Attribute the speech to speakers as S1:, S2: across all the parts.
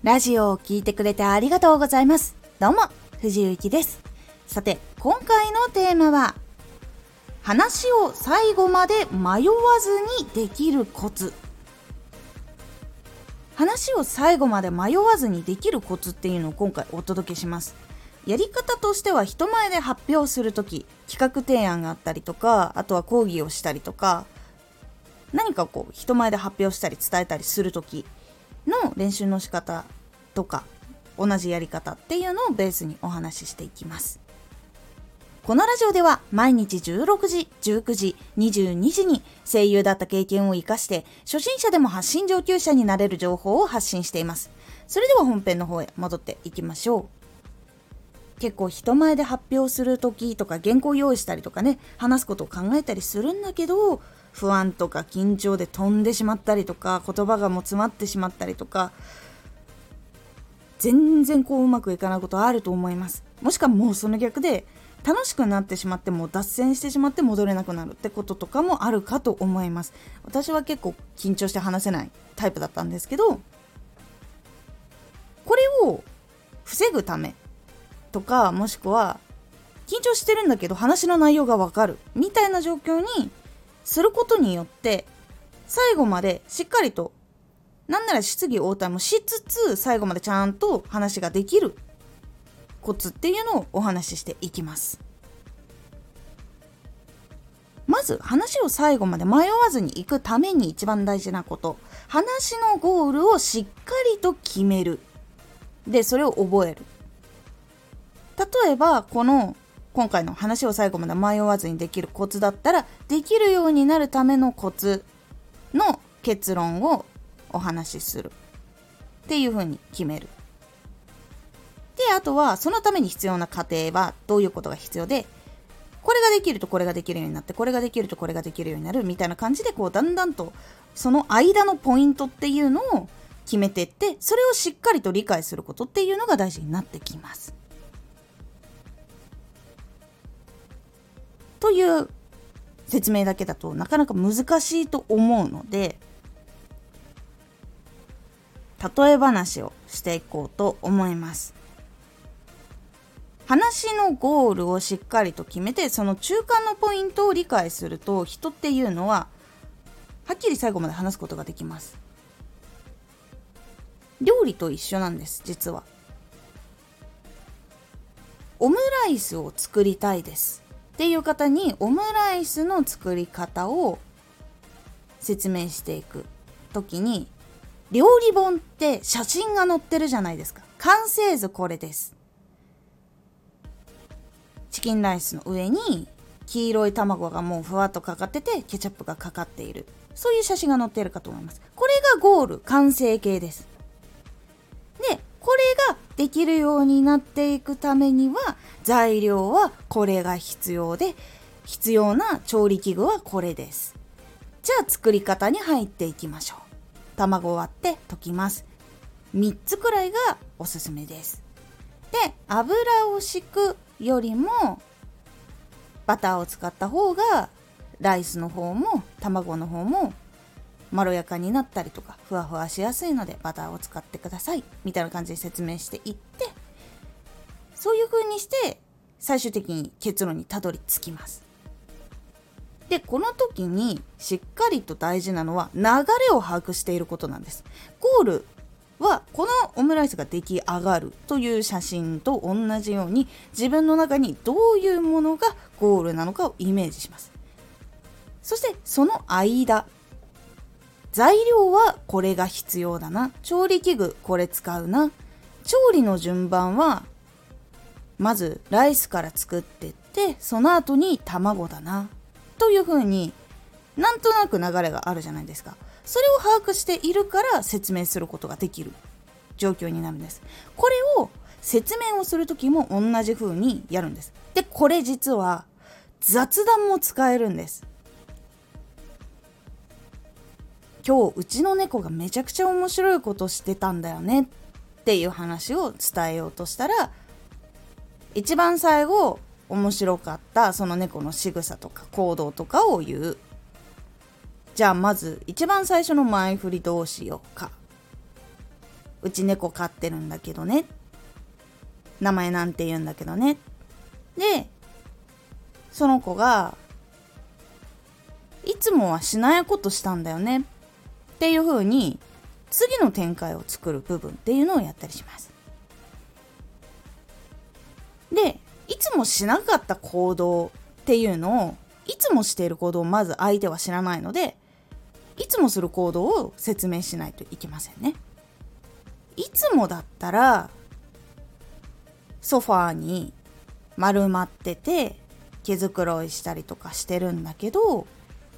S1: ラジオを聞いてくれてありがとうございます。どうも、藤井ゆきです。さて、今回のテーマは、話を最後まで迷わずにできるコツ。話を最後まで迷わずにできるコツっていうのを今回お届けします。やり方としては、人前で発表するとき、企画提案があったりとか、あとは講義をしたりとか、何か人前で発表したり伝えたりするときの練習の仕方とか、同じやり方っていうのをベースにお話ししていきます。このラジオでは毎日16時、19時、22時に声優だった経験を生かして初心者でも発信上級者になれる情報を発信しています。それでは本編の方へ戻っていきましょう。結構人前で発表する時とか原稿用意したりとかね、話すことを考えたりするんだけど、不安とか緊張で飛んでしまったりとか、言葉がもう詰まってしまったりとか、全然うまくいかないことあると思います。もしくはもうその逆で楽しくなってしまってもう脱線してしまって戻れなくなるってこととかもあるかと思います。私は結構緊張して話せないタイプだったんですけど、これを防ぐためとか、もしくは緊張してるんだけど話の内容がわかるみたいな状況にすることによって、最後までしっかりと、なんなら質疑応答もしつつ最後までちゃんと話ができるコツっていうのをお話ししていきます。まず話を最後まで迷わずにいくために一番大事なこと、話のゴールをしっかりと決める。で、それを覚える。例えば今回の話を最後まで迷わずにできるコツだったら、できるようになるためのコツの結論をお話しするっていう風に決める。で、あとはそのために必要な過程はどういうことが必要で、これができるとこれができるようになって、これができるとこれができるようになるみたいな感じで、だんだんとその間のポイントっていうのを決めていって、それをしっかりと理解することっていうのが大事になってきます。という説明だけだとなかなか難しいと思うので、例え話をしていこうと思います。話のゴールをしっかりと決めて、その中間のポイントを理解すると、人っていうのははっきり最後まで話すことができます。料理と一緒なんです。実はオムライスを作りたいですっていう方に、オムライスの作り方を説明していくときに、料理本って写真が載ってるじゃないですか。完成図これです。チキンライスの上に黄色い卵がもうふわっとかかってて、ケチャップがかかっている、そういう写真が載っているかと思います。これがゴール、完成形です。で、これができるようになっていくためには、材料はこれが必要で、必要な調理器具はこれです。じゃあ作り方に入っていきましょう。卵を割って溶きます。3つくらいがおすすめです。で、油を敷くよりもバターを使った方が、ライスの方も卵の方もまろやかになったりとか、ふわふわしやすいのでバターを使ってくださいみたいな感じで説明していって、そういう風にして最終的に結論にたどり着きます。で、この時にしっかりと大事なのは流れを把握していることなんです。ゴールはこのオムライスが出来上がるという写真と同じように、自分の中にどういうものがゴールなのかをイメージします。そしてその間、材料はこれが必要だな、調理器具これ使うな、調理の順番はまずライスから作ってって、その後に卵だなというふうに、なんとなく流れがあるじゃないですか。それを把握しているから説明することができる状況になるんです。これを説明をするときも同じ風にやるんです。で、これ実は雑談も使えるんです。今日うちの猫がめちゃくちゃ面白いことしてたんだよねっていう話を伝えようとしたら、一番最後面白かったその猫の仕草とか行動とかを言う。じゃあまず一番最初の前振りどうしようか。 うち猫飼ってるんだけどね、名前なんて言うんだけどね。でその子がいつもはしないことしたんだよねっていう風に次の展開を作る部分っていうのをやったりします。でいつもしなかった行動っていうのを、いつもしている行動をまず相手は知らないので、いつもする行動を説明しないといけませんね。いつもだったらソファーに丸まってて毛づくろいしたりとかしてるんだけど、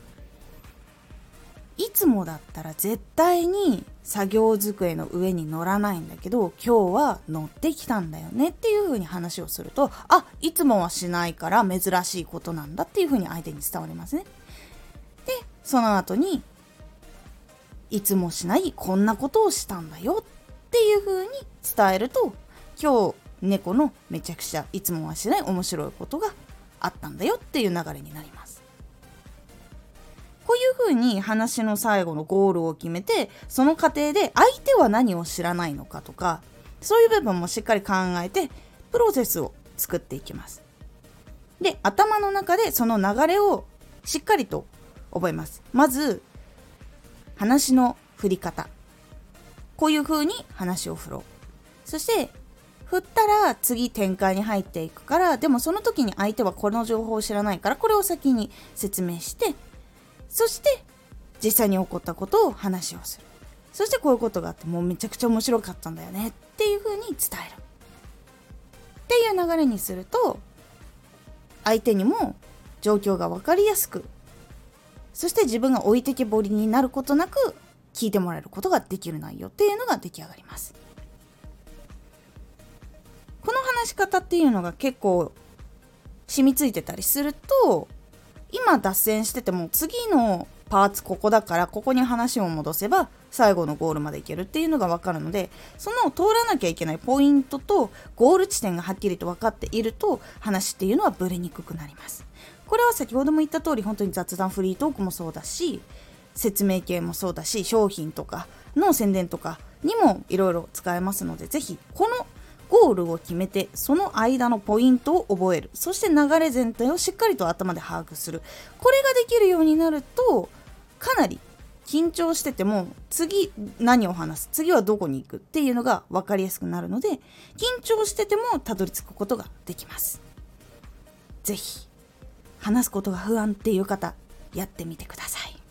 S1: いつもだったら絶対に作業机の上に乗らないんだけど、今日は乗ってきたんだよねっていう風に話をすると、あ、いつもはしないから珍しいことなんだっていう風に相手に伝わりますね。でその後に、いつもしないこんなことをしたんだよっていう風に伝えると、今日猫のめちゃくちゃいつもはしない面白いことがあったんだよっていう流れになります。こういう風に話の最後のゴールを決めて、その過程で相手は何を知らないのかとか、そういう部分もしっかり考えてプロセスを作っていきます。で頭の中でその流れをしっかりと覚えます。まず話の振り方、こういう風に話を振ろう。そして振ったら次展開に入っていくから、でもその時に相手はこの情報を知らないから、これを先に説明して、そして実際に起こったことを話をする。そしてこういうことがあって、もうめちゃくちゃ面白かったんだよねっていう風に伝えるっていう流れにすると、相手にも状況が分かりやすく、そして自分が置いてけぼりになることなく聞いてもらえることができる内容っていうのが出来上がります。この話し方っていうのが結構染みついてたりすると、今脱線してても次のパーツここだから、ここに話を戻せば最後のゴールまでいけるっていうのが分かるので、その通らなきゃいけないポイントとゴール地点がはっきりと分かっていると、話っていうのはブレにくくなります。これは先ほども言った通り、本当に雑談フリートークもそうだし、説明系もそうだし、商品とかの宣伝とかにもいろいろ使えますので、ぜひこのゴールを決めて、その間のポイントを覚える。そして流れ全体をしっかりと頭で把握する。これができるようになると、かなり緊張してても次何を話す、次はどこに行くっていうのが分かりやすくなるので、緊張しててもたどり着くことができます。ぜひ話すことが不安っていう方、やってみてください。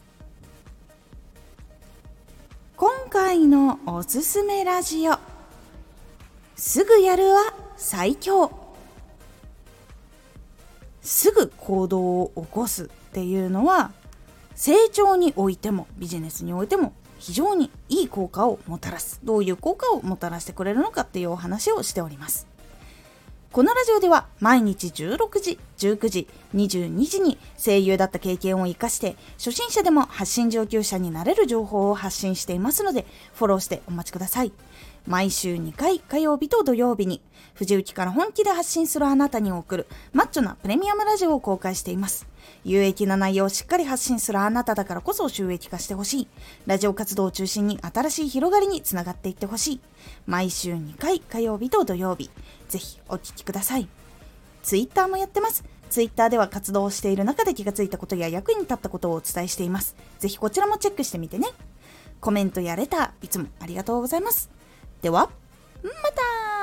S1: 今回のおすすめラジオ、すぐやるは最強。すぐ行動を起こすっていうのは、成長においてもビジネスにおいても非常にいい効果をもたらす。どういう効果をもたらしてくれるのかっていうお話をしております。このラジオでは毎日16時、19時、22時に声優だった経験を生かして、初心者でも発信上級者になれる情報を発信していますので、フォローしてお待ちください。毎週2回、火曜日と土曜日に藤雪から本気で発信するあなたに送るマッチョなプレミアムラジオを公開しています。有益な内容をしっかり発信するあなただからこそ収益化してほしい。ラジオ活動を中心に新しい広がりにつながっていってほしい。毎週2回、火曜日と土曜日、ぜひお聞きください。ツイッターもやってます。ツイッターでは活動をしている中で気がついたことや役に立ったことをお伝えしています。ぜひこちらもチェックしてみてね。コメントやレター、いつもありがとうございます。では、また。